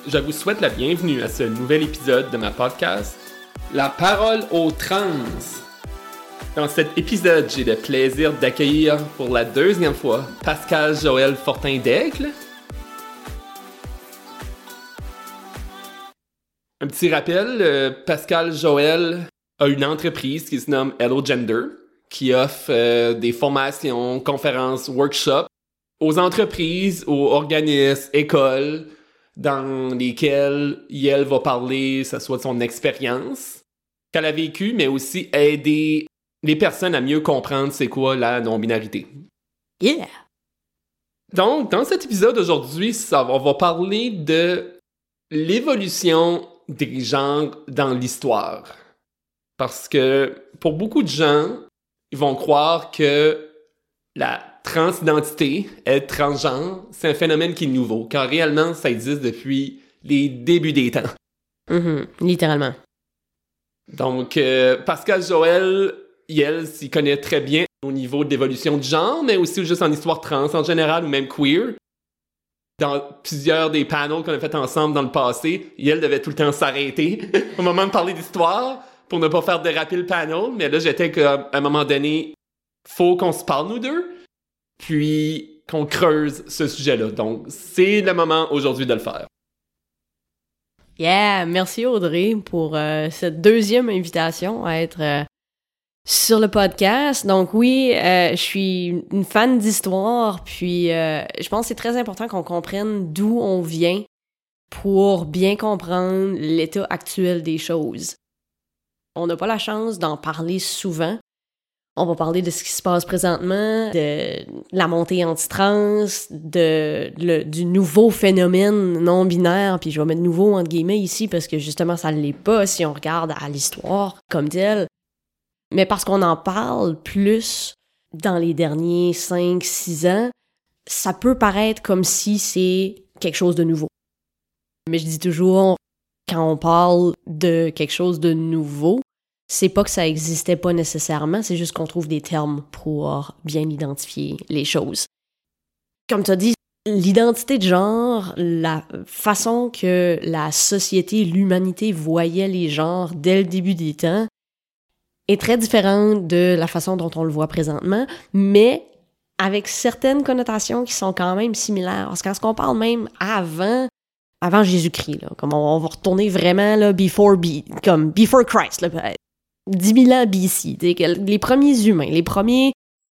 je vous souhaite la bienvenue à ce nouvel épisode de ma podcast, La parole aux trans. Dans cet épisode, j'ai le plaisir d'accueillir pour la deuxième fois Pascal Joël Fortin-Daigle. Un petit rappel, Pascal Joël a une entreprise qui se nomme Hello Gender, qui offre des formations, conférences, workshops aux entreprises, aux organismes, écoles, dans lesquelles elle va parler, que ce soit de son expérience qu'elle a vécue, mais aussi aider les personnes à mieux comprendre c'est quoi la non-binarité. Yeah! Donc, dans cet épisode aujourd'hui, on va parler de l'évolution des genres dans l'histoire. Parce que pour beaucoup de gens, ils vont croire que la transidentité, être transgenre, c'est un phénomène qui est nouveau, car réellement, ça existe depuis les débuts des temps. Littéralement. Donc, Pascal Joël, elle s'y connaît très bien au niveau de l'évolution du genre, mais aussi juste en histoire trans en général, ou même queer. Dans plusieurs des panels qu'on a fait ensemble dans le passé, elle devait tout le temps s'arrêter au moment de parler d'histoire pour ne pas faire déraper le panel, mais là, j'étais qu'à un moment donné, faut qu'on se parle, nous deux, puis qu'on creuse ce sujet-là. Donc, c'est le moment aujourd'hui de le faire. Yeah! Merci Audrey pour cette deuxième invitation à être sur le podcast. Donc oui, je suis une fan d'histoire, puis je pense que c'est très important qu'on comprenne d'où on vient pour bien comprendre l'état actuel des choses. On n'a pas la chance d'en parler souvent. On va parler de ce qui se passe présentement, de la montée anti-trans, du nouveau phénomène non-binaire, puis je vais mettre nouveau entre guillemets ici parce que justement ça ne l'est pas si on regarde à l'histoire comme telle. Mais parce qu'on en parle plus dans les derniers 5-6 ans, ça peut paraître comme si c'est quelque chose de nouveau. Mais je dis toujours, quand on parle de quelque chose de nouveau, c'est pas que ça existait pas nécessairement, c'est juste qu'on trouve des termes pour bien identifier les choses. Comme tu as dit, l'identité de genre, la façon que la société, l'humanité voyait les genres dès le début des temps est très différente de la façon dont on le voit présentement, mais avec certaines connotations qui sont quand même similaires. Parce qu'en ce qu'on parle même avant Jésus-Christ, là, comme on va retourner vraiment là, before Christ, là, 10 000 ans BC, les premiers humains, les premiers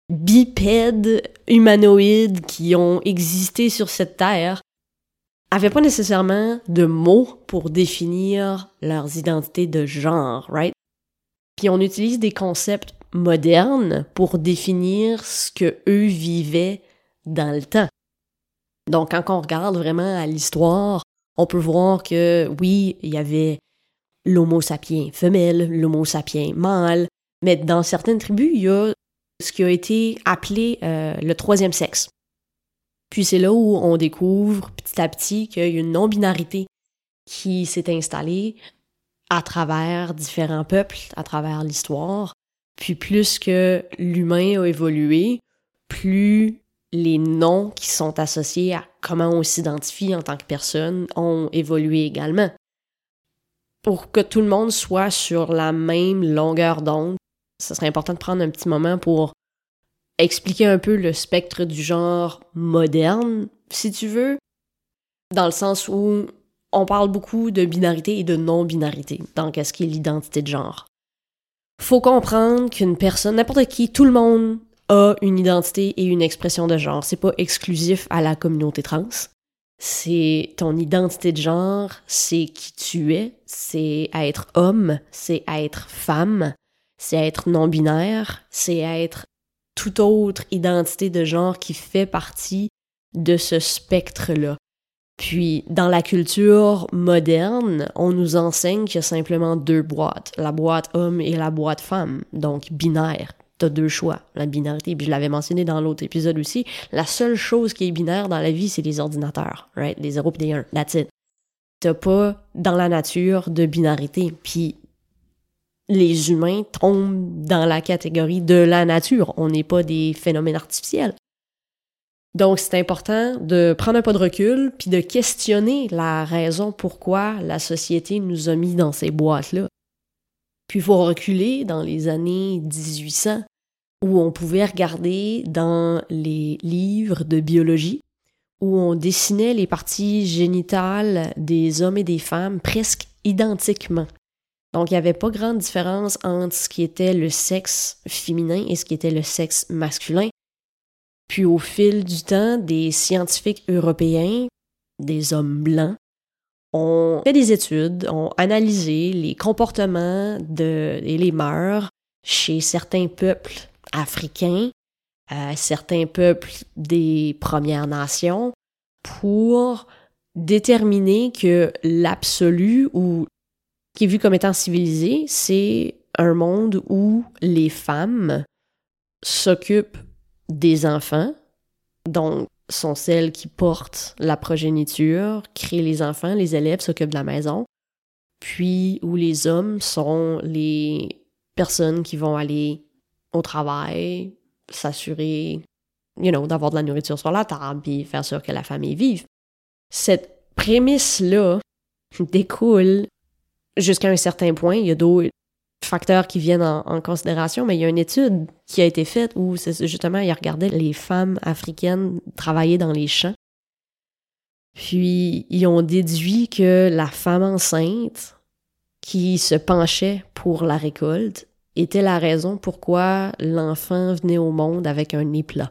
bipèdes humanoïdes qui ont existé sur cette terre avaient pas nécessairement de mots pour définir leurs identités de genre, right? Puis on utilise des concepts modernes pour définir ce que eux vivaient dans le temps. Donc quand on regarde vraiment à l'histoire, on peut voir que oui, il y avait l'homo sapiens femelle, l'homo sapiens mâle, mais dans certaines tribus, il y a ce qui a été appelé le troisième sexe. Puis c'est là où on découvre petit à petit qu'il y a une non-binarité qui s'est installée à travers différents peuples, à travers l'histoire. Puis plus que l'humain a évolué, plus les noms qui sont associés à comment on s'identifie en tant que personne ont évolué également. Pour que tout le monde soit sur la même longueur d'onde, ça serait important de prendre un petit moment pour expliquer un peu le spectre du genre moderne, si tu veux, dans le sens où on parle beaucoup de binarité et de non-binarité dans ce qui est l'identité de genre. Faut comprendre qu'une personne, n'importe qui, tout le monde a une identité et une expression de genre. C'est pas exclusif à la communauté trans. C'est ton identité de genre, c'est qui tu es, c'est être homme, c'est être femme, c'est être non-binaire, c'est être toute autre identité de genre qui fait partie de ce spectre-là. Puis, dans la culture moderne, on nous enseigne qu'il y a simplement 2 boîtes, la boîte homme et la boîte femme, donc binaire. T'as 2 choix, la binarité. Puis je l'avais mentionné dans l'autre épisode aussi, la seule chose qui est binaire dans la vie, c'est les ordinateurs, right? Les 0 et des 1, that's it. T'as pas dans la nature de binarité. Puis les humains tombent dans la catégorie de la nature. On n'est pas des phénomènes artificiels. Donc, c'est important de prendre un pas de recul puis de questionner la raison pourquoi la société nous a mis dans ces boîtes-là. Puis, il faut reculer dans les années 1800 où on pouvait regarder dans les livres de biologie où on dessinait les parties génitales des hommes et des femmes presque identiquement. Donc, il n'y avait pas grande différence entre ce qui était le sexe féminin et ce qui était le sexe masculin. Puis, au fil du temps, des scientifiques européens, des hommes blancs, ont fait des études, ont analysé les comportements et les mœurs chez certains peuples africains, certains peuples des Premières Nations, pour déterminer que l'absolu, ou qui est vu comme étant civilisé, c'est un monde où les femmes s'occupent des enfants, donc sont celles qui portent la progéniture, créent les enfants, les élèves s'occupent de la maison, puis où les hommes sont les personnes qui vont aller au travail, s'assurer, d'avoir de la nourriture sur la table, puis faire sûr que la famille vive. Cette prémisse-là découle jusqu'à un certain point. Il y a d'autres facteurs qui viennent en considération, mais il y a une étude qui a été faite où, justement, il regardait les femmes africaines travailler dans les champs. Puis, ils ont déduit que la femme enceinte qui se penchait pour la récolte était la raison pourquoi l'enfant venait au monde avec un nez plat.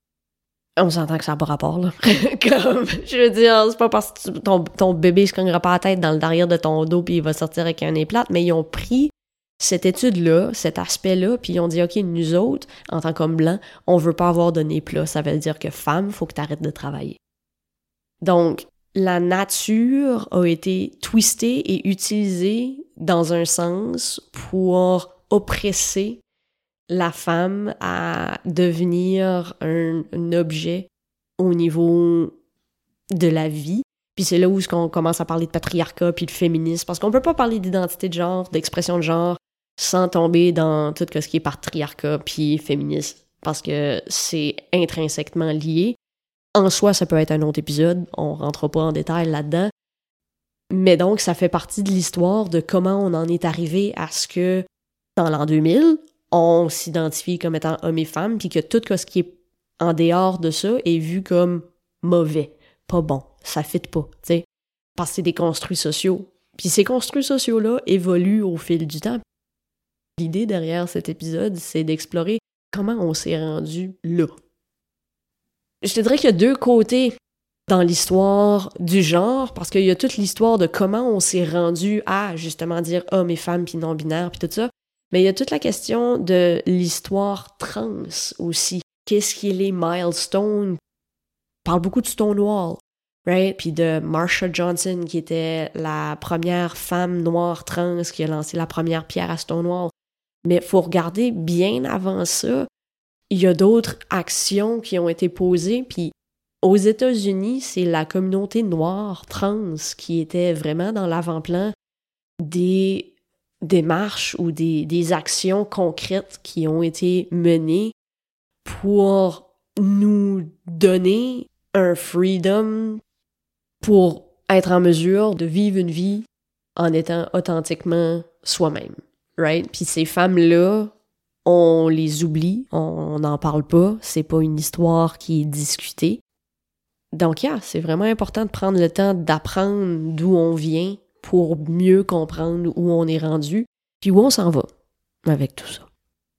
On s'entend que ça n'a pas rapport, là. Comme, je veux dire, c'est pas parce que ton bébé se cognera pas la tête dans le derrière de ton dos puis il va sortir avec un nez plat, mais ils ont pris cette étude-là, cet aspect-là, puis ils ont dit, OK, nous autres, en tant qu'hommes blancs, on veut pas avoir de nez plat. Ça veut dire que femme, faut que tu arrêtes de travailler. Donc, la nature a été twistée et utilisée dans un sens pour oppresser la femme à devenir un objet au niveau de la vie. Puis c'est là où on commence à parler de patriarcat puis de féminisme, parce qu'on peut pas parler d'identité de genre, d'expression de genre, sans tomber dans tout ce qui est patriarcat puis féminisme, parce que c'est intrinsèquement lié. En soi, ça peut être un autre épisode, on rentre pas en détail là-dedans. Mais donc, ça fait partie de l'histoire de comment on en est arrivé à ce que, dans l'an 2000, on s'identifie comme étant homme et femme, puis que tout ce qui est en dehors de ça est vu comme mauvais, pas bon, ça fit pas, tu sais, parce que c'est des construits sociaux. Puis ces construits sociaux-là évoluent au fil du temps. L'idée derrière cet épisode, c'est d'explorer comment on s'est rendu là. Je te dirais qu'il y a deux côtés dans l'histoire du genre, parce qu'il y a toute l'histoire de comment on s'est rendu à, justement, dire hommes et femmes, puis non-binaires, puis tout ça. Mais il y a toute la question de l'histoire trans aussi. Qu'est-ce qui est les milestones? On parle beaucoup de Stonewall, right? Puis de Marsha Johnson, qui était la première femme noire trans qui a lancé la première pierre à Stonewall. Mais il faut regarder bien avant ça, il y a d'autres actions qui ont été posées. Puis aux États-Unis, c'est la communauté noire trans qui était vraiment dans l'avant-plan des démarches ou des actions concrètes qui ont été menées pour nous donner un freedom pour être en mesure de vivre une vie en étant authentiquement soi-même, right? Puis ces femmes-là, on les oublie, on n'en parle pas, c'est pas une histoire qui est discutée. Donc, c'est vraiment important de prendre le temps d'apprendre d'où on vient pour mieux comprendre où on est rendu, puis où on s'en va avec tout ça.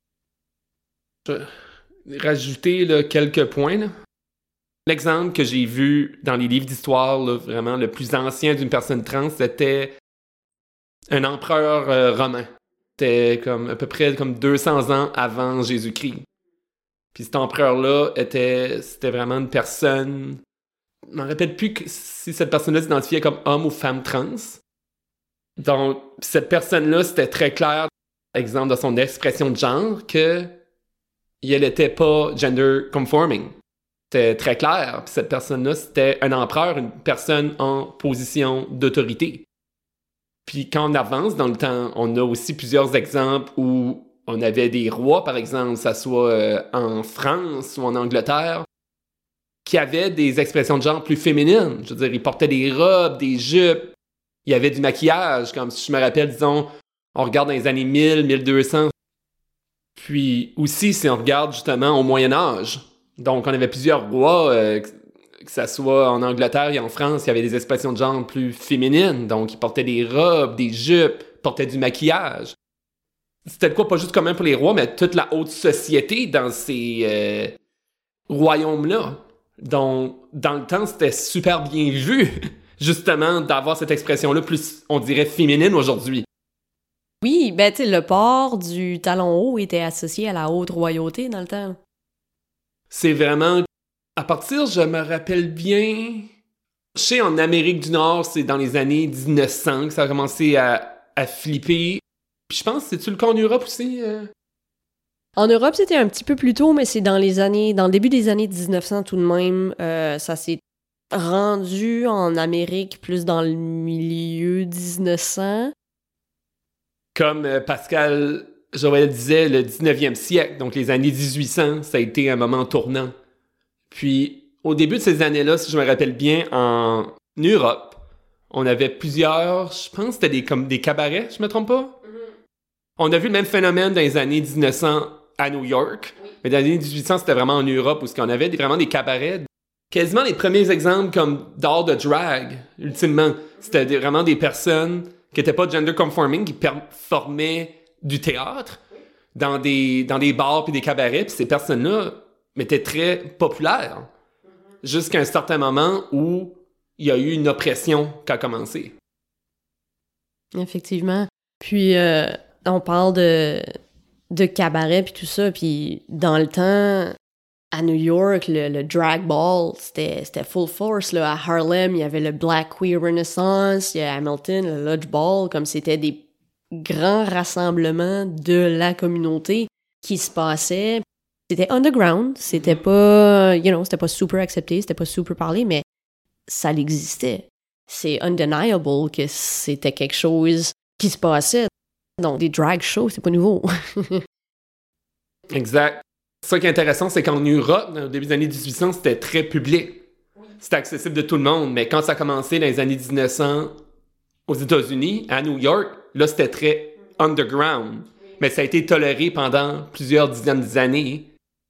Je vais rajouter là, quelques points. Là. L'exemple que j'ai vu dans les livres d'histoire, là, vraiment le plus ancien d'une personne trans, c'était un empereur romain. C'était comme à peu près comme 200 ans avant Jésus-Christ. Puis cet empereur-là c'était vraiment une personne... Je m'en rappelle plus si cette personne-là s'identifiait comme homme ou femme trans. Donc, cette personne-là, c'était très clair, exemple de son expression de genre, que elle n'était pas gender conforming. C'était très clair. Puis cette personne-là, c'était un empereur, une personne en position d'autorité. Puis quand on avance dans le temps, on a aussi plusieurs exemples où on avait des rois, par exemple, que ça soit en France ou en Angleterre, qui avaient des expressions de genre plus féminines. Je veux dire, ils portaient des robes, des jupes, il y avait du maquillage, comme si je me rappelle, disons, on regarde dans les années 1000, 1200. Puis aussi, si on regarde justement au Moyen-Âge, donc on avait plusieurs rois, que ça soit en Angleterre et en France, il y avait des expressions de genre plus féminines, donc ils portaient des robes, des jupes, portaient du maquillage. C'était de quoi pas juste commun pour les rois, mais toute la haute société dans ces royaumes-là. Donc, dans le temps, c'était super bien vu, justement, d'avoir cette expression-là plus, on dirait, féminine aujourd'hui. Oui, ben tu sais, le port du talon haut était associé à la haute royauté dans le temps. C'est vraiment... À partir, je me rappelle bien... Je sais, en Amérique du Nord, c'est dans les années 1900 que ça a commencé à flipper. Puis je pense, c'est-tu le cas en Europe aussi? En Europe, c'était un petit peu plus tôt, mais c'est dans le début des années 1900 tout de même. Ça s'est rendu en Amérique plus dans le milieu 1900. Comme Pascal Joël disait, le 19e siècle, donc les années 1800, ça a été un moment tournant. Puis, au début de ces années-là, si je me rappelle bien, en Europe, on avait plusieurs, je pense que c'était comme des cabarets, je me trompe pas? On a vu le même phénomène dans les années 1900 à New York, mais dans les années 1800, c'était vraiment en Europe où on avait vraiment des cabarets. Quasiment les premiers exemples comme d'art de drag, ultimement. C'était vraiment des personnes qui n'étaient pas gender conforming, qui performaient du théâtre dans des bars puis des cabarets, puis ces personnes-là étaient très populaires. Jusqu'à un certain moment où il y a eu une oppression qui a commencé. Effectivement. Puis, on parle de cabaret puis tout ça, puis dans le temps, à New York, le drag ball, c'était full force, là. À Harlem, il y avait le Black Queer Renaissance, il y a Hamilton, le Lodge Ball, comme c'était des grands rassemblements de la communauté qui se passaient. C'était underground, c'était pas, c'était pas super accepté, c'était pas super parlé, mais ça existait. C'est undeniable que c'était quelque chose qui se passait. Donc, des drag shows, c'est pas nouveau. Exact. Ça qui est intéressant, c'est qu'en Europe, au début des années 1800, c'était très public. C'était accessible de tout le monde. Mais quand ça a commencé dans les années 1900 aux États-Unis, à New York, là, c'était très underground. Mais ça a été toléré pendant plusieurs dizaines d'années.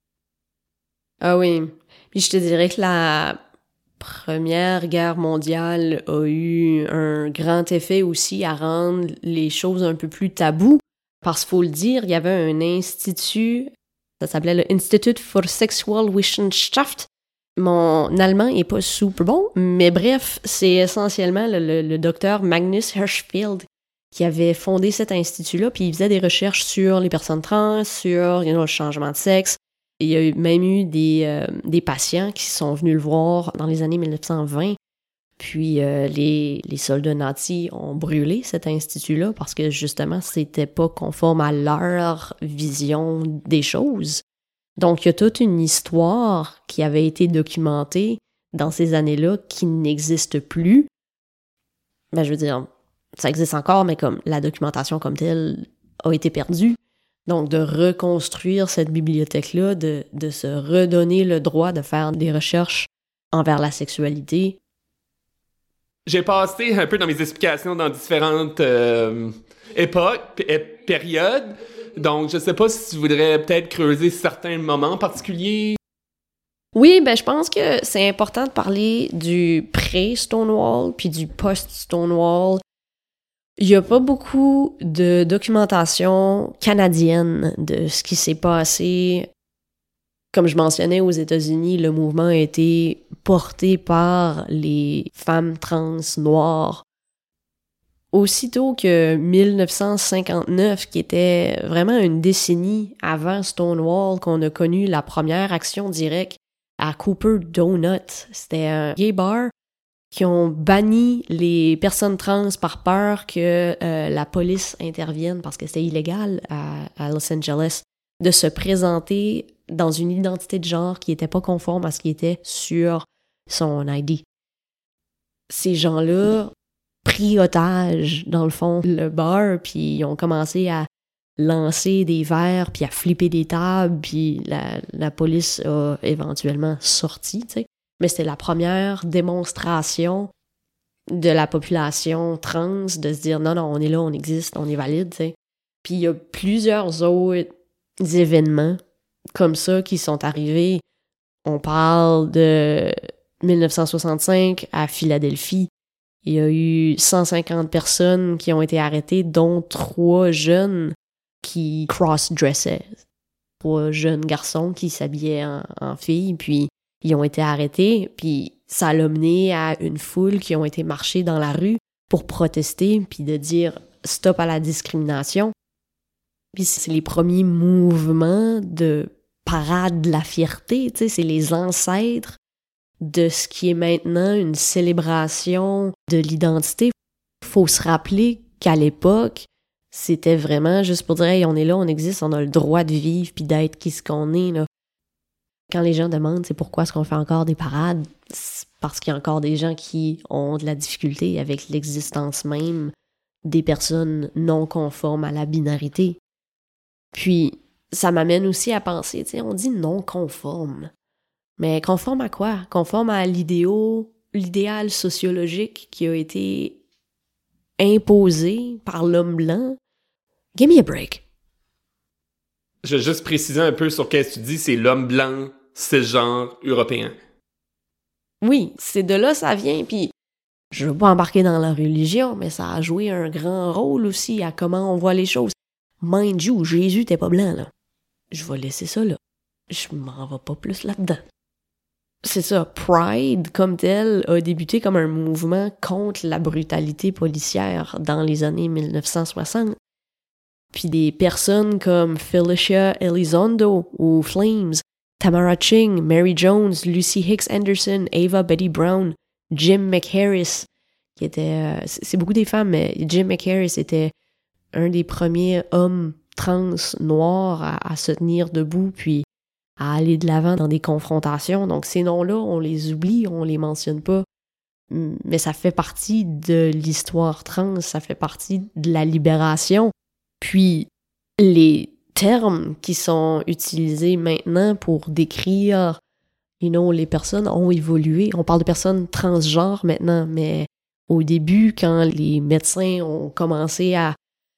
Ah oui. Puis je te dirais que la Première Guerre mondiale a eu un grand effet aussi à rendre les choses un peu plus tabous. Parce qu'il faut le dire, il y avait un institut, ça s'appelait le Institut für Sexualwissenschaft. Mon allemand est pas super bon, mais bref, c'est essentiellement le docteur Magnus Hirschfeld qui avait fondé cet institut-là, puis il faisait des recherches sur les personnes trans, sur le changement de sexe. Il y a même eu des patients qui sont venus le voir dans les années 1920. Puis les soldats nazis ont brûlé cet institut-là parce que justement, c'était pas conforme à leur vision des choses. Donc, il y a toute une histoire qui avait été documentée dans ces années-là qui n'existe plus. Ben, je veux dire, ça existe encore, mais comme la documentation comme telle a été perdue. Donc, de reconstruire cette bibliothèque-là, de se redonner le droit de faire des recherches envers la sexualité. J'ai passé un peu dans mes explications dans différentes époques, périodes. Donc, je sais pas si tu voudrais peut-être creuser certains moments particuliers. Oui, ben je pense que c'est important de parler du pré-Stonewall puis du post-Stonewall. Il y a pas beaucoup de documentation canadienne de ce qui s'est passé. Comme je mentionnais, aux États-Unis, le mouvement a été porté par les femmes trans noires. Aussitôt que 1959, qui était vraiment une décennie avant Stonewall, qu'on a connu la première action directe à Cooper Donut. C'était un gay bar qui ont banni les personnes trans par peur que la police intervienne, parce que c'était illégal à Los Angeles, de se présenter dans une identité de genre qui n'était pas conforme à ce qui était sur son ID. Ces gens-là pris otage, dans le fond, le bar, puis ils ont commencé à lancer des verres, puis à flipper des tables, puis la police a éventuellement sorti, tu sais. Mais c'était la première démonstration de la population trans de se dire non, on est là, on existe, on est valide, tu sais. Puis il y a plusieurs autres événements comme ça qui sont arrivés. On parle de 1965 à Philadelphie. Il y a eu 150 personnes qui ont été arrêtées, dont 3 jeunes qui cross-dressaient. 3 jeunes garçons qui s'habillaient en filles, puis ils ont été arrêtés, puis ça l'a mené à une foule qui ont été marcher dans la rue pour protester, puis de dire « stop à la discrimination ». Puis c'est les premiers mouvements de parade de la fierté, tu sais, c'est les ancêtres de ce qui est maintenant une célébration de l'identité. Faut se rappeler qu'à l'époque, c'était vraiment juste pour dire hey, on est là, on existe, on a le droit de vivre puis d'être qui ce qu'on est là. Quand les gens demandent c'est pourquoi est-ce qu'on fait encore des parades, c'est parce qu'il y a encore des gens qui ont de la difficulté avec l'existence même des personnes non conformes à la binarité. Puis ça m'amène aussi à penser, tu sais, on dit non conforme. Mais conforme à quoi? Conforme à l'idéal sociologique qui a été imposé par l'homme blanc? Give me a break. Je vais juste préciser un peu sur qu'est-ce que tu dis, c'est l'homme blanc, cisgenre, européen. Oui, c'est de là ça vient, puis je veux pas embarquer dans la religion, mais ça a joué un grand rôle aussi à comment on voit les choses. Mind you, Jésus était pas blanc, là. Je vais laisser ça, là. Je m'en vais pas plus là-dedans. C'est ça, Pride, comme tel, a débuté comme un mouvement contre la brutalité policière dans les années 1960. Puis des personnes comme Felicia Elizondo ou Flames, Tamara Ching, Mary Jones, Lucy Hicks Anderson, Ava Betty Brown, Jim McHarris, qui était... c'est beaucoup des femmes, mais Jim McHarris était un des premiers hommes trans noirs à se tenir debout, puis à aller de l'avant dans des confrontations. Donc ces noms-là, on les oublie, on les mentionne pas. Mais ça fait partie de l'histoire trans, ça fait partie de la libération. Puis les termes qui sont utilisés maintenant pour décrire, les personnes ont évolué. On parle de personnes transgenres maintenant, mais au début, quand les médecins ont commencé à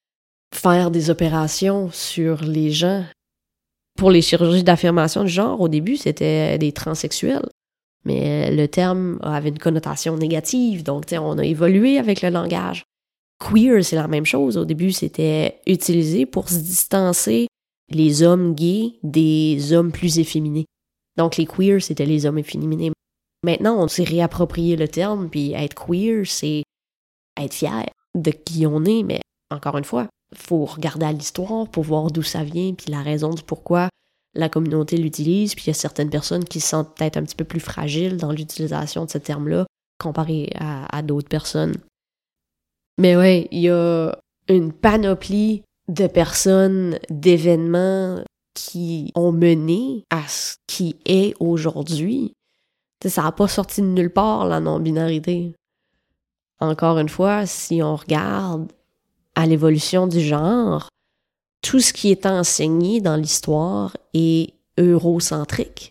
faire des opérations sur les gens, pour les chirurgies d'affirmation de genre, au début, c'était des transsexuels. Mais le terme avait une connotation négative, donc on a évolué avec le langage. Queer, c'est la même chose. Au début, c'était utilisé pour se distancer les hommes gays des hommes plus efféminés. Donc les queers, c'était les hommes efféminés. Maintenant, on s'est réapproprié le terme, puis être queer, c'est être fier de qui on est, mais encore une fois, faut regarder à l'histoire pour voir d'où ça vient, puis la raison du pourquoi la communauté l'utilise, puis il y a certaines personnes qui se sentent peut-être un petit peu plus fragiles dans l'utilisation de ce terme-là comparé à d'autres personnes. Mais ouais, il y a une panoplie de personnes, d'événements qui ont mené à ce qui est aujourd'hui. T'sais, ça n'a pas sorti de nulle part, la non-binarité. Encore une fois, si on regarde à l'évolution du genre, tout ce qui est enseigné dans l'histoire est eurocentrique.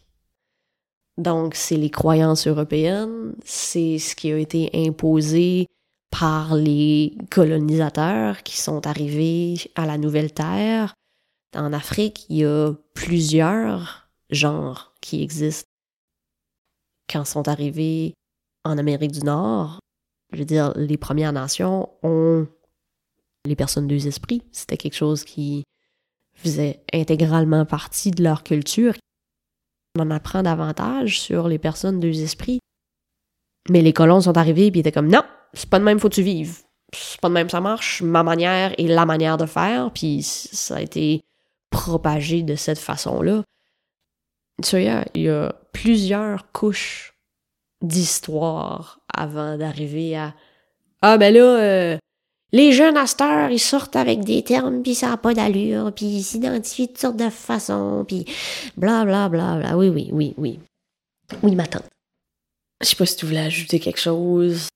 Donc, c'est les croyances européennes, c'est ce qui a été imposé par les colonisateurs qui sont arrivés à la Nouvelle-Terre. En Afrique, il y a plusieurs genres qui existent. Quand ils sont arrivés en Amérique du Nord, je veux dire, les Premières Nations ont les personnes deux esprits. C'était quelque chose qui faisait intégralement partie de leur culture. On en apprend davantage sur les personnes deux esprits. Mais les colons sont arrivés et ils étaient comme « Non, c'est pas de même, faut que tu vives. C'est pas de même, ça marche. Ma manière est la manière de faire. » Puis ça a été propagé de cette façon-là. Tu vois, il y a plusieurs couches d'histoire avant d'arriver à « Ah, ben là, les jeunes à cette heure, ils sortent avec des termes, puis ça n'a pas d'allure, puis ils s'identifient de toutes sortes de façons, puis blablabla. Bla, bla. Oui. Oui, ma tante. Je sais pas si tu voulais ajouter quelque chose.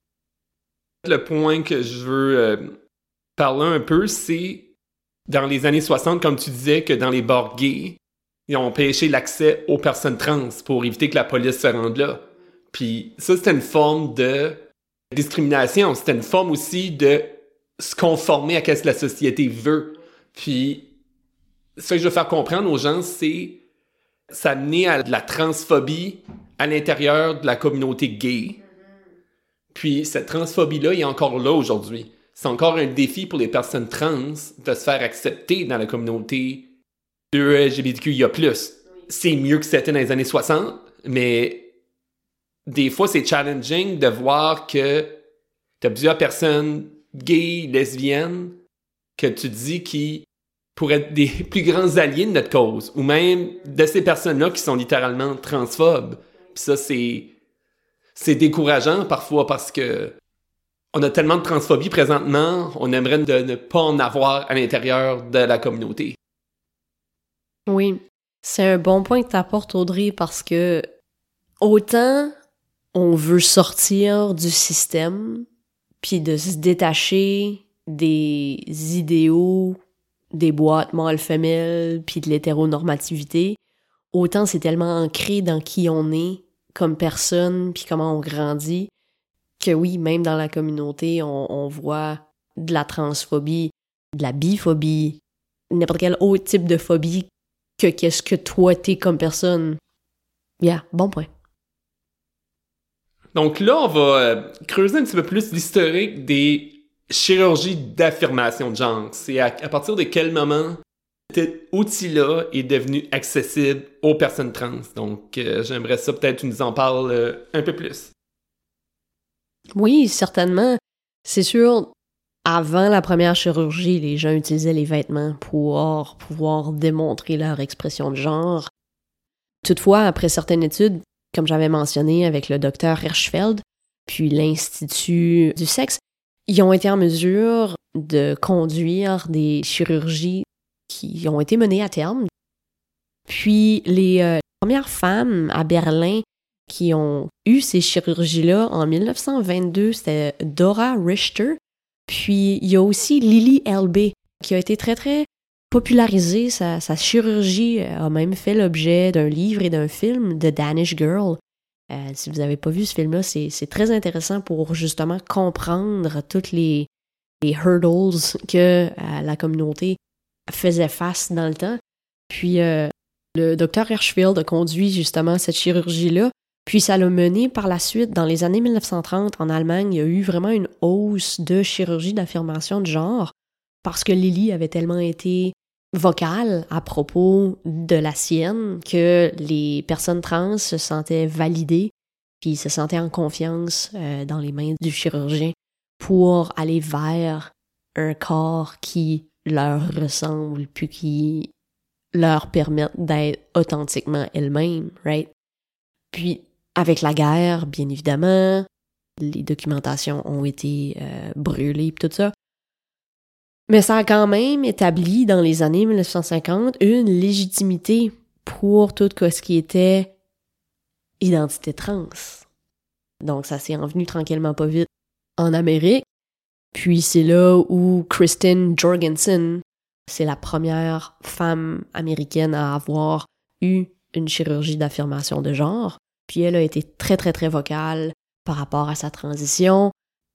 Le point que je veux parler un peu, c'est dans les années 60, comme tu disais, que dans les bars gays, ils ont empêché l'accès aux personnes trans pour éviter que la police se rende là. Puis ça, c'était une forme de discrimination. C'était une forme aussi de se conformer à ce que la société veut. Puis, ce que je veux faire comprendre aux gens, c'est ça amenait à de la transphobie à l'intérieur de la communauté gay. Puis, cette transphobie-là est encore là aujourd'hui. C'est encore un défi pour les personnes trans de se faire accepter dans la communauté LGBTQIA+. C'est mieux que c'était dans les années 60, mais des fois, c'est challenging de voir que t'as plusieurs personnes gays, lesbiennes, que tu dis qui pourraient être des plus grands alliés de notre cause, ou même de ces personnes-là qui sont littéralement transphobes. Puis ça, c'est décourageant parfois parce que on a tellement de transphobie présentement, on aimerait ne pas en avoir à l'intérieur de la communauté. Oui, c'est un bon point que tu apportes, Audrey, parce que autant on veut sortir du système, puis de se détacher des idéaux, des boîtes mâle-femelle, puis de l'hétéronormativité, autant c'est tellement ancré dans qui on est comme personne, puis comment on grandit, que oui, même dans la communauté, on voit de la transphobie, de la biphobie, n'importe quel autre type de phobie que qu'est-ce que toi t'es comme personne. Yeah, bon point. Donc là, on va creuser un petit peu plus l'historique des chirurgies d'affirmation de genre. C'est à partir de quel moment cet outil-là est devenu accessible aux personnes trans. Donc, j'aimerais ça peut-être que tu nous en parles un peu plus. Oui, certainement. C'est sûr, avant la première chirurgie, les gens utilisaient les vêtements pour pouvoir démontrer leur expression de genre. Toutefois, après certaines études, comme j'avais mentionné avec le docteur Hirschfeld, puis l'Institut du sexe, ils ont été en mesure de conduire des chirurgies qui ont été menées à terme. Puis les premières femmes à Berlin qui ont eu ces chirurgies-là en 1922, c'était Dora Richter. Puis il y a aussi Lily Elbe qui a été très, très popularisée. Sa chirurgie a même fait l'objet d'un livre et d'un film, The Danish Girl. Si vous n'avez pas vu ce film-là, c'est très intéressant pour justement comprendre toutes les hurdles que la communauté faisait face dans le temps. Puis le docteur Hirschfeld a conduit justement cette chirurgie-là. Puis ça l'a mené par la suite, dans les années 1930, en Allemagne, il y a eu vraiment une hausse de chirurgie d'affirmation de genre parce que Lily avait tellement été vocale à propos de la sienne que les personnes trans se sentaient validées puis se sentaient en confiance dans les mains du chirurgien pour aller vers un corps qui leur ressemble puis qui leur permette d'être authentiquement elles-mêmes, right? Puis avec la guerre, bien évidemment, les documentations ont été brûlées et tout ça. Mais ça a quand même établi, dans les années 1950, une légitimité pour tout ce qui était identité trans. Donc ça s'est envenu tranquillement pas vite en Amérique. Puis c'est là où Kristen Jorgensen, c'est la première femme américaine à avoir eu une chirurgie d'affirmation de genre. Puis elle a été très, très, très vocale par rapport à sa transition.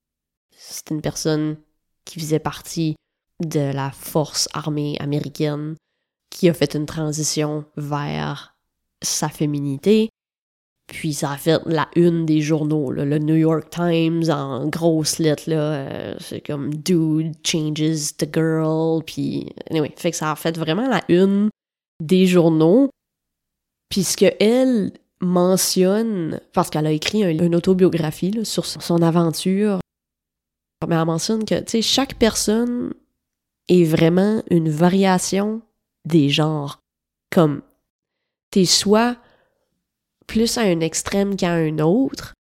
C'est une personne qui faisait partie de la force armée américaine qui a fait une transition vers sa féminité. Puis ça a fait la une des journaux, là, le New York Times en grosses lettres, là, c'est comme « Dude changes to girl », puis anyway, fait que ça a fait vraiment la une des journaux. Puis ce qu'elle mentionne, parce qu'elle a écrit une autobiographie là, sur son aventure, mais elle mentionne que, tu sais, chaque personne est vraiment une variation des genres. Comme, t'es soit plus à un extrême qu'à un autre.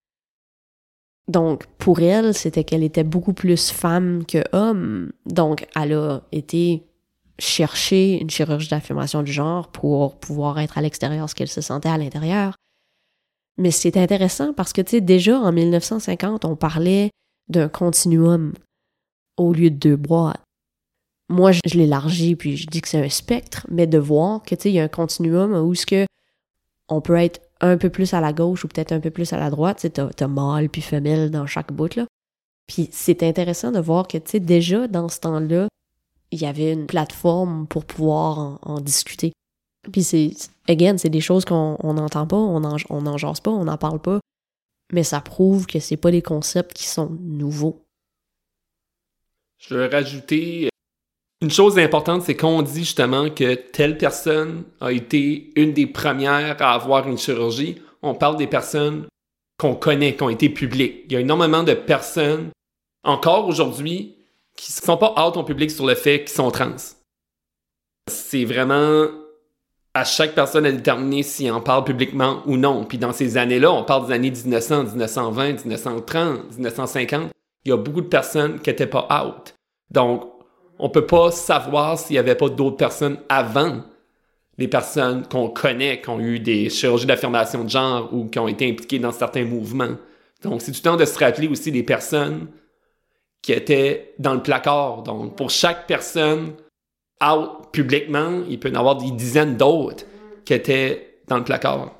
Donc, pour elle, c'était qu'elle était beaucoup plus femme que homme. Donc, elle a été chercher une chirurgie d'affirmation du genre pour pouvoir être à l'extérieur ce qu'elle se sentait à l'intérieur. Mais c'est intéressant parce que, tu sais, déjà en 1950, on parlait d'un continuum au lieu de 2 boîtes. moi, je l'élargis, puis je dis que c'est un spectre, mais de voir que, tu sais, il y a un continuum où est-ce que on peut être un peu plus à la gauche ou peut-être un peu plus à la droite, tu sais, t'as mâle puis femelle dans chaque bout, là. Puis c'est intéressant de voir que, tu sais, déjà, dans ce temps-là, il y avait une plateforme pour pouvoir en discuter. Puis c'est des choses qu'on n'entend pas, on en jase pas, on n'en parle pas, mais ça prouve que c'est pas des concepts qui sont nouveaux. Je veux rajouter une chose importante, c'est qu'on dit justement que telle personne a été une des premières à avoir une chirurgie. On parle des personnes qu'on connaît, qui ont été publiques. Il y a énormément de personnes, encore aujourd'hui, qui ne sont pas out en public sur le fait qu'ils sont trans. C'est vraiment à chaque personne à déterminer si elle en parle publiquement ou non. Puis dans ces années-là, on parle des années 1900, 1920, 1930, 1950. Il y a beaucoup de personnes qui n'étaient pas out. Donc, on peut pas savoir s'il y avait pas d'autres personnes avant les personnes qu'on connaît, qui ont eu des chirurgies d'affirmation de genre ou qui ont été impliquées dans certains mouvements. Donc, c'est du temps de se rappeler aussi des personnes qui étaient dans le placard. Donc, pour chaque personne out publiquement, il peut y en avoir des dizaines d'autres qui étaient dans le placard.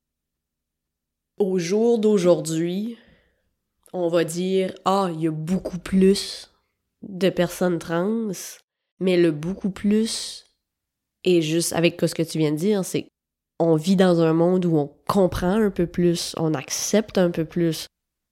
Au jour d'aujourd'hui, on va dire « Ah, il y a beaucoup plus de personnes trans », mais le « beaucoup plus » est juste avec ce que tu viens de dire, c'est qu'on vit dans un monde où on comprend un peu plus, on accepte un peu plus.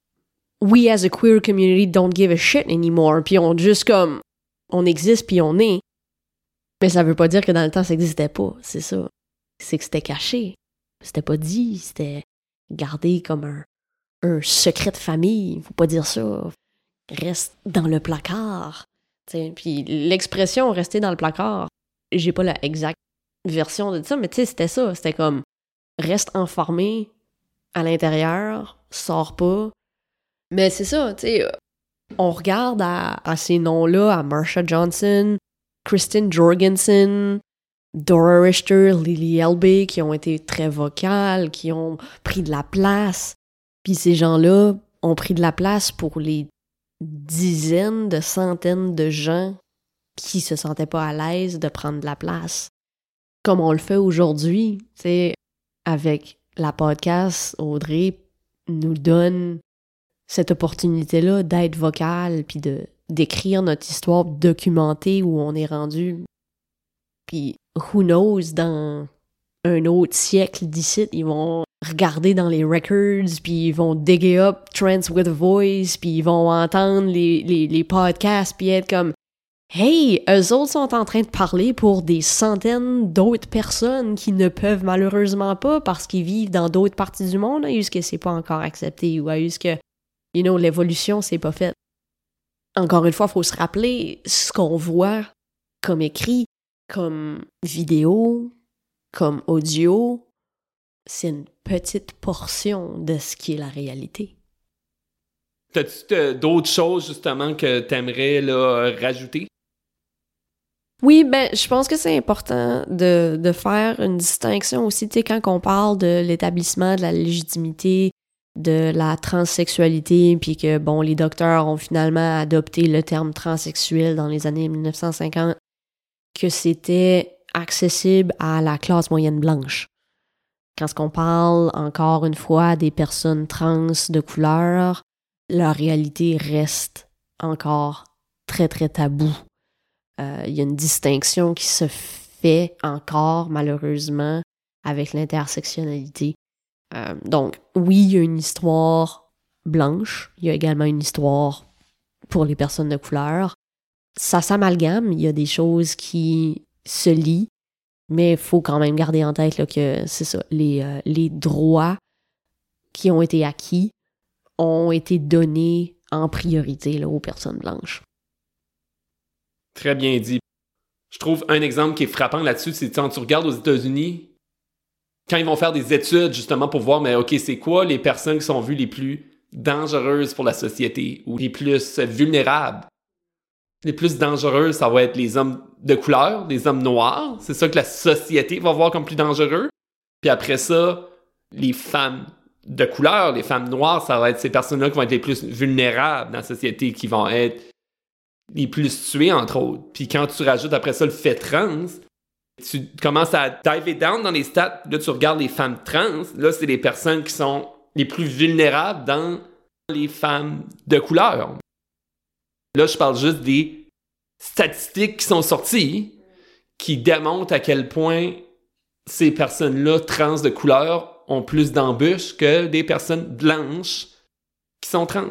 We as a queer community don't give a shit anymore, puis on juste comme, on existe puis on est. Mais ça veut pas dire que dans le temps ça existait pas, c'est ça. C'est que c'était caché, c'était pas dit, c'était gardé comme un secret de famille, faut pas dire ça. Reste dans le placard. Puis l'expression rester dans le placard, j'ai pas la exacte version de ça, mais tu sais, c'était ça. C'était comme reste enfermé à l'intérieur, sors pas. Mais c'est ça, tu sais, on regarde à ces noms-là, à Marsha Johnson, Kristen Jorgensen, Dora Richter, Lily Elbe, qui ont été très vocales, qui ont pris de la place. Puis ces gens-là ont pris de la place pour les dizaines de centaines de gens qui se sentaient pas à l'aise de prendre de la place. Comme on le fait aujourd'hui, tu sais, avec la podcast, Audrey nous donne cette opportunité-là d'être vocale, puis d'écrire notre histoire, documenter où on est rendu. Puis, who knows, dans un autre siècle d'ici, ils vont regarder dans les records, puis ils vont digger up Trends with Voice, puis ils vont entendre les podcasts, puis être comme « Hey, eux autres sont en train de parler pour des centaines d'autres personnes qui ne peuvent malheureusement pas parce qu'ils vivent dans d'autres parties du monde, est-ce que c'est pas encore accepté, ou est-ce que, l'évolution, c'est pas fait. » Encore une fois, il faut se rappeler ce qu'on voit comme écrit, comme vidéo, comme audio, c'est une petite portion de ce qui est la réalité. T'as-tu d'autres choses, justement, que t'aimerais là, rajouter? Oui, je pense que c'est important de faire une distinction aussi, tu sais, quand on parle de l'établissement de la légitimité de la transsexualité, puis que, bon, les docteurs ont finalement adopté le terme transsexuel dans les années 1950, que c'était accessible à la classe moyenne blanche. Quand on parle, encore une fois, des personnes trans de couleur, leur réalité reste encore très, très taboue. Il y a une distinction qui se fait encore, malheureusement, avec l'intersectionnalité. Donc, oui, il y a une histoire blanche, il y a également une histoire pour les personnes de couleur. Ça s'amalgame, il y a des choses qui se lient, mais il faut quand même garder en tête là, que c'est ça, les droits qui ont été acquis ont été donnés en priorité là, aux personnes blanches. Très bien dit. Je trouve un exemple qui est frappant là-dessus, c'est quand tu regardes aux États-Unis, quand ils vont faire des études justement pour voir, mais OK, c'est quoi les personnes qui sont vues les plus dangereuses pour la société ou les plus vulnérables? Les plus dangereux, ça va être les hommes de couleur, les hommes noirs. C'est ça que la société va voir comme plus dangereux. Puis après ça, les femmes de couleur, les femmes noires, ça va être ces personnes-là qui vont être les plus vulnérables dans la société, qui vont être les plus tués, entre autres. Puis quand tu rajoutes après ça le fait trans, tu commences à diver down dans les stats. Là, tu regardes les femmes trans. Là, c'est les personnes qui sont les plus vulnérables dans les femmes de couleur. Là, je parle juste des statistiques qui sont sorties qui démontrent à quel point ces personnes-là, trans de couleur, ont plus d'embûches que des personnes blanches qui sont trans.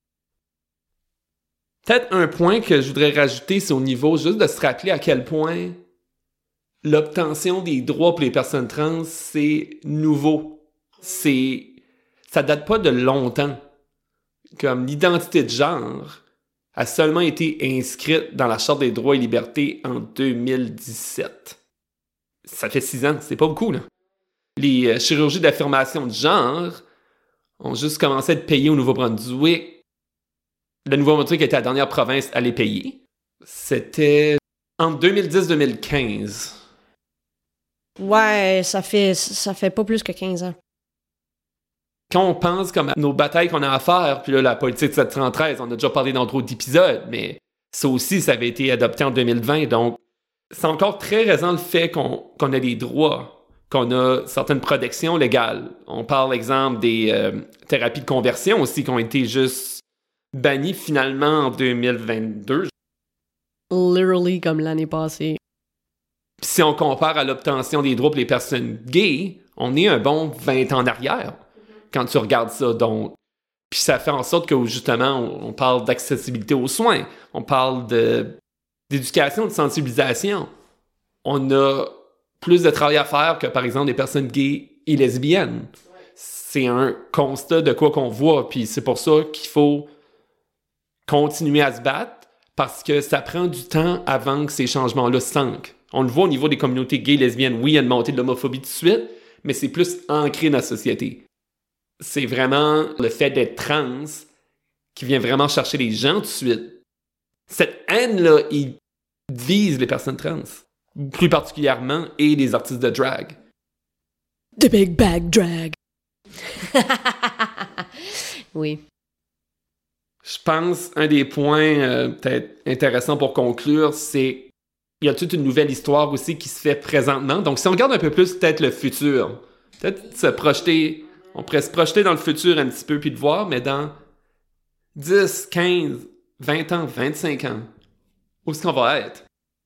Peut-être un point que je voudrais rajouter, c'est au niveau juste de se rappeler à quel point l'obtention des droits pour les personnes trans, c'est nouveau. Ça date pas de longtemps. Comme l'identité de genre a seulement été inscrite dans la Charte des droits et libertés en 2017. Ça fait 6 ans, c'est pas beaucoup, là. Les chirurgies d'affirmation de genre ont juste commencé à être payées au Nouveau-Brunswick. Le Nouveau-Brunswick était la dernière province à les payer. C'était en 2010-2015. Ouais, ça fait pas plus que 15 ans. Quand on pense comme à nos batailles qu'on a à faire, puis là, la politique de 713, on a déjà parlé dans d'autres épisodes, mais ça aussi, ça avait été adopté en 2020, donc c'est encore très récent le fait qu'on a des droits, qu'on a certaines protections légales. On parle, exemple, des thérapies de conversion aussi, qui ont été juste bannies finalement en 2022. Literally comme l'année passée. Puis si on compare à l'obtention des droits pour les personnes gays, on est un bon 20 ans en arrière quand tu regardes ça. Donc, puis ça fait en sorte que justement, on parle d'accessibilité aux soins, on parle d'éducation, de sensibilisation. On a plus de travail à faire que, par exemple, des personnes gays et lesbiennes. C'est un constat de quoi qu'on voit, puis c'est pour ça qu'il faut continuer à se battre, parce que ça prend du temps avant que ces changements-là s'ancrent. On le voit au niveau des communautés gays, lesbiennes, oui, il y a une montée de l'homophobie tout de suite, mais c'est plus ancré dans la société. C'est vraiment le fait d'être trans qui vient vraiment chercher les gens tout de suite. Cette haine-là, il vise les personnes trans, plus particulièrement, et les artistes de drag. The Big Bag Drag. Oui. Je pense un des points peut-être intéressants pour conclure, c'est il y a toute une nouvelle histoire aussi qui se fait présentement. Donc, si on regarde un peu plus peut-être le futur, peut-être se projeter, on pourrait se projeter dans le futur un petit peu puis de voir, mais dans 10, 15, 20 ans, 25 ans, où est-ce qu'on va être?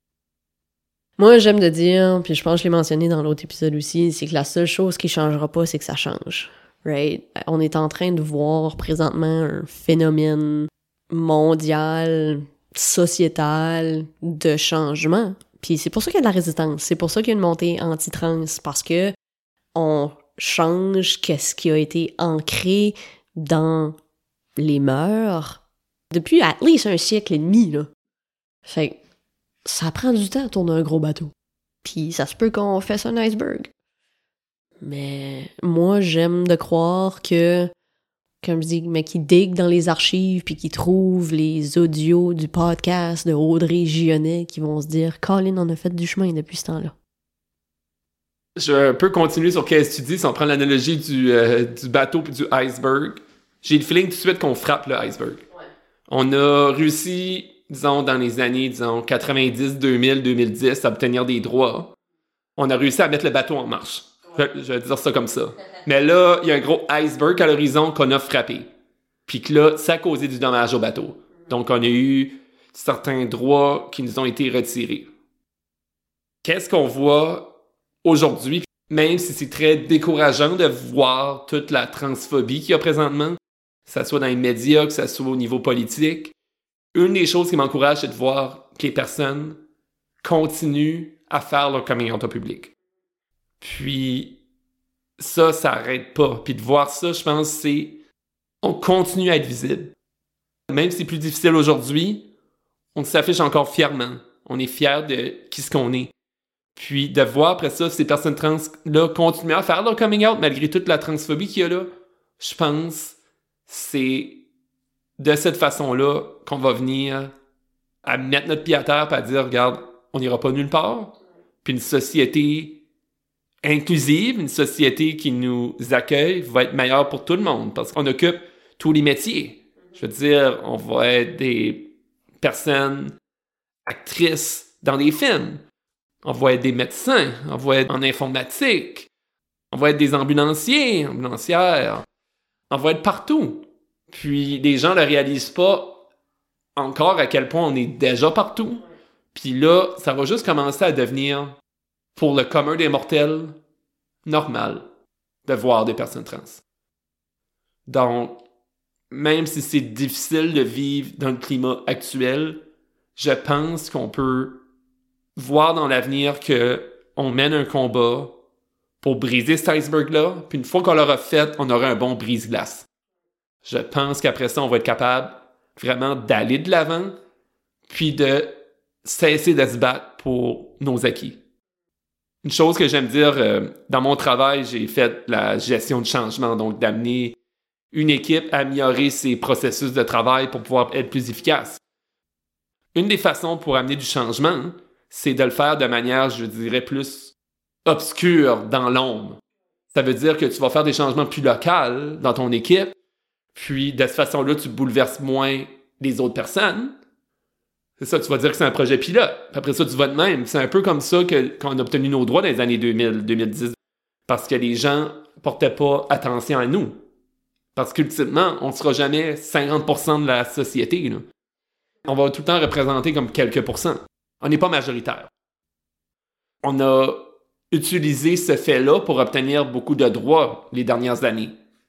Moi, j'aime de dire, puis je pense que je l'ai mentionné dans l'autre épisode aussi, c'est que la seule chose qui changera pas, c'est que ça change. Right? On est en train de voir présentement un phénomène mondial, sociétal, de changement. Puis c'est pour ça qu'il y a de la résistance. C'est pour ça qu'il y a une montée anti-trans, parce que on change qu'est-ce qui a été ancré dans les mœurs depuis at least un siècle et demi, là. Fait que ça prend du temps à tourner un gros bateau. Puis ça se peut qu'on fasse un iceberg. Mais moi, j'aime de croire que, comme je dis, mais qu'ils diguent dans les archives puis qu'ils trouvent les audios du podcast de Audrey Gionnet qui vont se dire « Colin, on a fait du chemin depuis ce temps-là. » Je peux continuer sur ce que tu dis, si on prend l'analogie du bateau puis du iceberg. J'ai le feeling tout de suite qu'on frappe le iceberg. Ouais. On a réussi, disons, dans les années, 90, 2000, 2010, à obtenir des droits. On a réussi à mettre le bateau en marche. Je vais dire ça comme ça. Mais là, il y a un gros iceberg à l'horizon qu'on a frappé. Puis que là, ça a causé du dommage au bateau. Donc, on a eu certains droits qui nous ont été retirés. Qu'est-ce qu'on voit aujourd'hui? Même si c'est très décourageant de voir toute la transphobie qu'il y a présentement, que ça soit dans les médias, que ça soit au niveau politique, une des choses qui m'encourage, c'est de voir que les personnes continuent à faire leur coming out au public. Puis ça n'arrête pas. Puis de voir ça, je pense, c'est on continue à être visible. Même si c'est plus difficile aujourd'hui, on s'affiche encore fièrement. On est fiers de qui ce qu'on est. Puis de voir après ça, ces personnes trans-là continuer à faire leur coming out malgré toute la transphobie qu'il y a là, je pense c'est de cette façon-là qu'on va venir à mettre notre pied à terre et à dire, regarde, on n'ira pas nulle part. Puis une société inclusive, une société qui nous accueille va être meilleure pour tout le monde parce qu'on occupe tous les métiers. Je veux dire, on va être des personnes actrices dans des films. On va être des médecins, on va être en informatique, on va être des ambulanciers, ambulancières, on va être partout. Puis les gens ne réalisent pas encore à quel point on est déjà partout. Puis là, ça va juste commencer à devenir, pour le commun des mortels, normal de voir des personnes trans. Donc, même si c'est difficile de vivre dans le climat actuel, je pense qu'on peut voir dans l'avenir qu'on mène un combat pour briser cet iceberg-là, puis une fois qu'on l'aura fait, on aura un bon brise-glace. Je pense qu'après ça, on va être capable vraiment d'aller de l'avant, puis de cesser de se battre pour nos acquis. Une chose que j'aime dire, dans mon travail, j'ai fait la gestion de changement, donc d'amener une équipe à améliorer ses processus de travail pour pouvoir être plus efficace. Une des façons pour amener du changement, c'est de le faire de manière, je dirais, plus obscure, dans l'ombre. Ça veut dire que tu vas faire des changements plus locaux dans ton équipe, puis de cette façon-là, tu bouleverses moins les autres personnes. C'est ça, tu vas dire que c'est un projet pilote. Puis après ça, tu vas de même. C'est un peu comme ça qu'on a obtenu nos droits dans les années 2000, 2010, parce que les gens portaient pas attention à nous. Parce qu'ultimement, on ne sera jamais 50% de la société, là. On va tout le temps représenter comme quelques pourcents. On n'est pas majoritaire. On a utilisé ce fait-là pour obtenir beaucoup de droits les dernières années.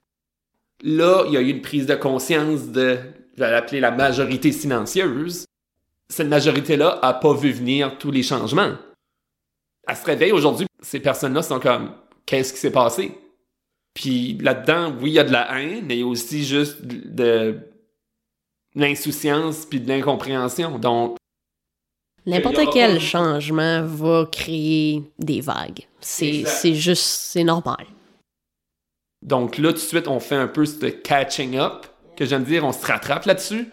Là, il y a eu une prise de conscience de, je vais l'appeler la majorité silencieuse. Cette majorité-là n'a pas vu venir tous les changements. Elle se réveille aujourd'hui, ces personnes-là sont comme, qu'est-ce qui s'est passé? Puis là-dedans, oui, il y a de la haine, mais il y a aussi juste de l'insouciance puis de l'incompréhension. Donc, n'importe quel changement va créer des vagues. C'est juste, c'est normal. Donc là, tout de suite, on fait un peu ce catching up, que j'aime dire, on se rattrape là-dessus.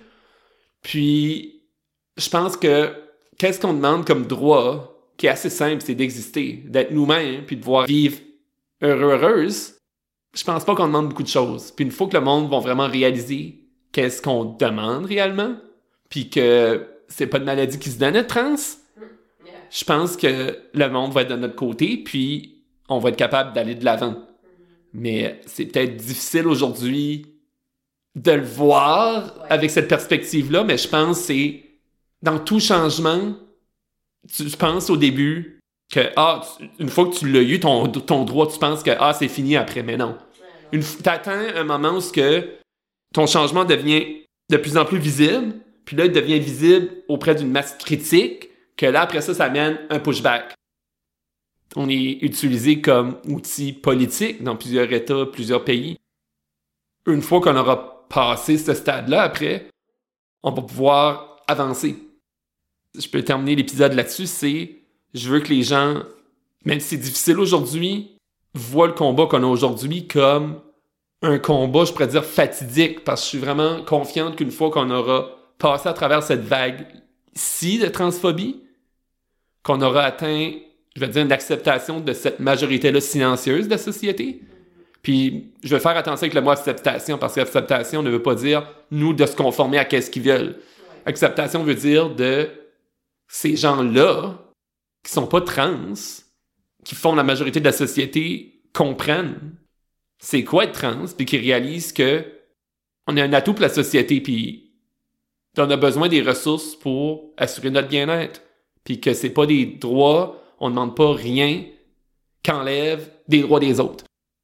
Puis, je pense que qu'est-ce qu'on demande comme droit, qui est assez simple, c'est d'exister, d'être nous-mêmes, puis de pouvoir vivre heureuse. Je pense pas qu'on demande beaucoup de choses. Puis une fois que le monde va vraiment réaliser qu'est-ce qu'on demande réellement, puis que c'est pas de maladie qui se donne à être trans, je pense que le monde va être de notre côté, puis on va être capable d'aller de l'avant. Mais c'est peut-être difficile aujourd'hui de le voir avec cette perspective-là, mais je pense que c'est dans tout changement, tu penses au début que, une fois que tu l'as eu, ton droit, tu penses que, c'est fini après, mais non. T'attends un moment où ton changement devient de plus en plus visible, puis là, il devient visible auprès d'une masse critique, que là, après ça, ça amène un pushback. On est utilisé comme outil politique dans plusieurs États, plusieurs pays. Une fois qu'on aura passé ce stade-là, après, on va pouvoir avancer. Je peux terminer l'épisode là-dessus, je veux que les gens, même si c'est difficile aujourd'hui, voient le combat qu'on a aujourd'hui comme un combat, je pourrais dire, fatidique, parce que je suis vraiment confiante qu'une fois qu'on aura passé à travers cette vague-ci de transphobie, qu'on aura atteint, je vais dire, une acceptation de cette majorité-là silencieuse de la société. Puis, je vais faire attention avec le mot acceptation, parce qu'acceptation ne veut pas dire, nous, de se conformer à qu'est-ce qu'ils veulent. Acceptation veut dire de ces gens-là, qui sont pas trans, qui font la majorité de la société, comprennent c'est quoi être trans, puis qui réalisent que on est un atout pour la société, puis on a besoin des ressources pour assurer notre bien-être, puis que c'est pas des droits, on demande pas rien qu'enlève des droits des autres.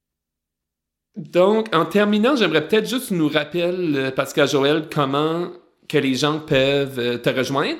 Donc, en terminant, j'aimerais peut-être juste nous rappeler, Pascal Joël, comment que les gens peuvent te rejoindre.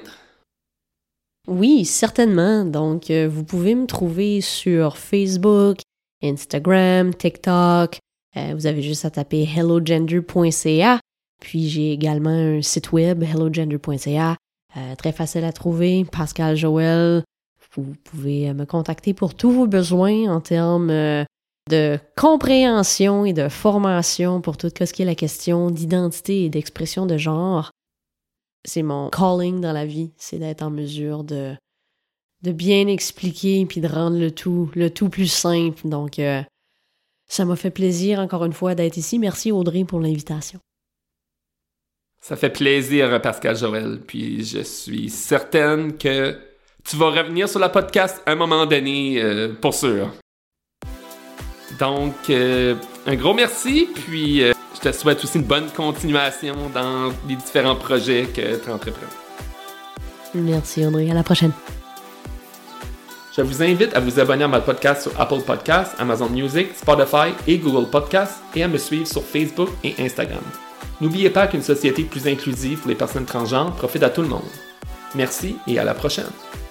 Oui, certainement. Donc, vous pouvez me trouver sur Facebook, Instagram, TikTok. Vous avez juste à taper hellogender.ca. Puis, j'ai également un site web, hellogender.ca. Très facile à trouver. Pascal Joël. Vous pouvez me contacter pour tous vos besoins en termes de compréhension et de formation pour tout ce qui est la question d'identité et d'expression de genre. C'est mon calling dans la vie, c'est d'être en mesure de bien expliquer puis de rendre le tout plus simple. Donc, ça m'a fait plaisir encore une fois d'être ici. Merci Audrey pour l'invitation. Ça fait plaisir, Pascal Joël. Puis je suis certaine que tu vas revenir sur le podcast à un moment donné, pour sûr. Donc, un gros merci. Puis je te souhaite aussi une bonne continuation dans les différents projets que tu entreprends. Merci, Audrey. À la prochaine. Je vous invite à vous abonner à mon podcast sur Apple Podcasts, Amazon Music, Spotify et Google Podcasts et à me suivre sur Facebook et Instagram. N'oubliez pas qu'une société plus inclusive pour les personnes transgenres profite à tout le monde. Merci et à la prochaine.